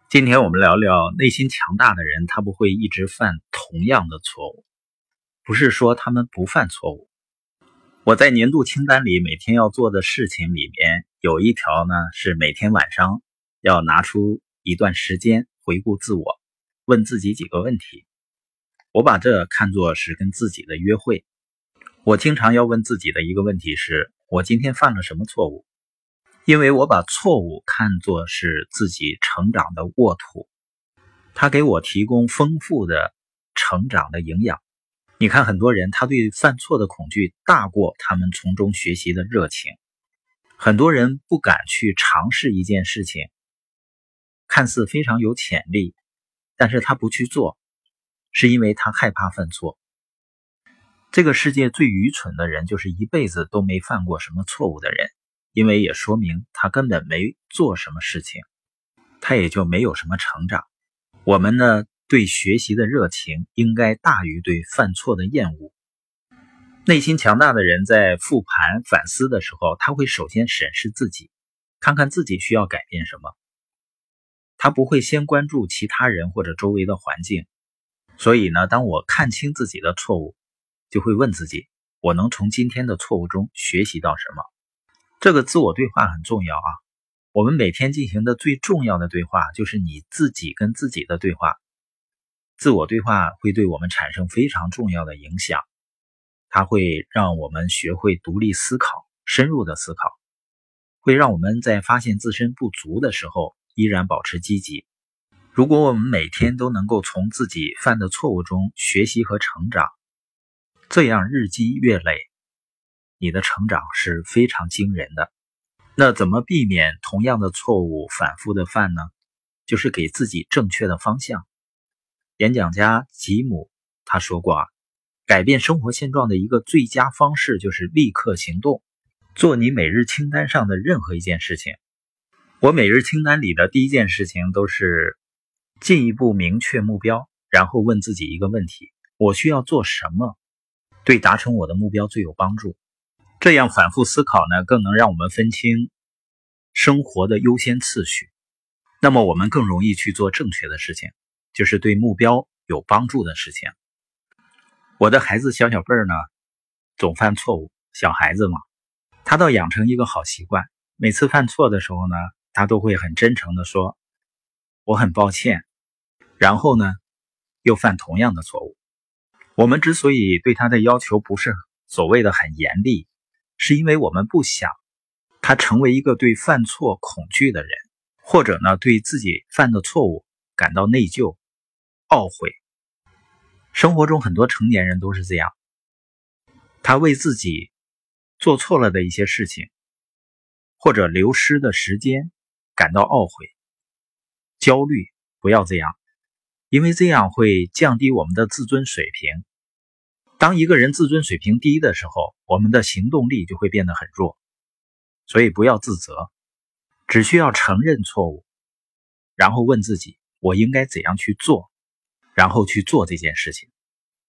今天我们聊聊内心强大的人，他不会一直犯同样的错误，不是说他们不犯错误。我在年度清单里每天要做的事情里面有一条呢，是每天晚上要拿出一段时间回顾自我，问自己几个问题。我把这看作是跟自己的约会。我经常要问自己的一个问题是，我今天犯了什么错误？因为我把错误看作是自己成长的沃土，它给我提供丰富的成长的营养。你看很多人他对犯错的恐惧大过他们从中学习的热情。很多人不敢去尝试一件事情，看似非常有潜力，但是他不去做，是因为他害怕犯错。这个世界最愚蠢的人就是一辈子都没犯过什么错误的人，因为也说明他根本没做什么事情，他也就没有什么成长。我们呢，对学习的热情应该大于对犯错的厌恶。内心强大的人在复盘反思的时候，他会首先审视自己，看看自己需要改变什么。他不会先关注其他人或者周围的环境。所以呢，当我看清自己的错误，就会问自己，我能从今天的错误中学习到什么？这个自我对话很重要啊。我们每天进行的最重要的对话就是你自己跟自己的对话。自我对话会对我们产生非常重要的影响，它会让我们学会独立思考，深入的思考，会让我们在发现自身不足的时候依然保持积极。如果我们每天都能够从自己犯的错误中学习和成长，这样日积月累，你的成长是非常惊人的。那怎么避免同样的错误反复的犯呢？就是给自己正确的方向。演讲家吉姆他说过改变生活现状的一个最佳方式就是立刻行动，做你每日清单上的任何一件事情。我每日清单里的第一件事情都是进一步明确目标，然后问自己一个问题，我需要做什么对达成我的目标最有帮助。这样反复思考呢，更能让我们分清生活的优先次序，那么我们更容易去做正确的事情，就是对目标有帮助的事情。我的孩子小辈呢，总犯错误，小孩子嘛，他倒养成一个好习惯，每次犯错的时候呢，他都会很真诚地说，我很抱歉，然后呢，又犯同样的错误。我们之所以对他的要求不是所谓的很严厉，是因为我们不想他成为一个对犯错恐惧的人，或者呢，对自己犯的错误感到内疚、懊悔。生活中很多成年人都是这样，他为自己做错了的一些事情，或者流失的时间感到懊悔、焦虑。不要这样，因为这样会降低我们的自尊水平。当一个人自尊水平低的时候，我们的行动力就会变得很弱。所以不要自责，只需要承认错误，然后问自己，我应该怎样去做，然后去做这件事情。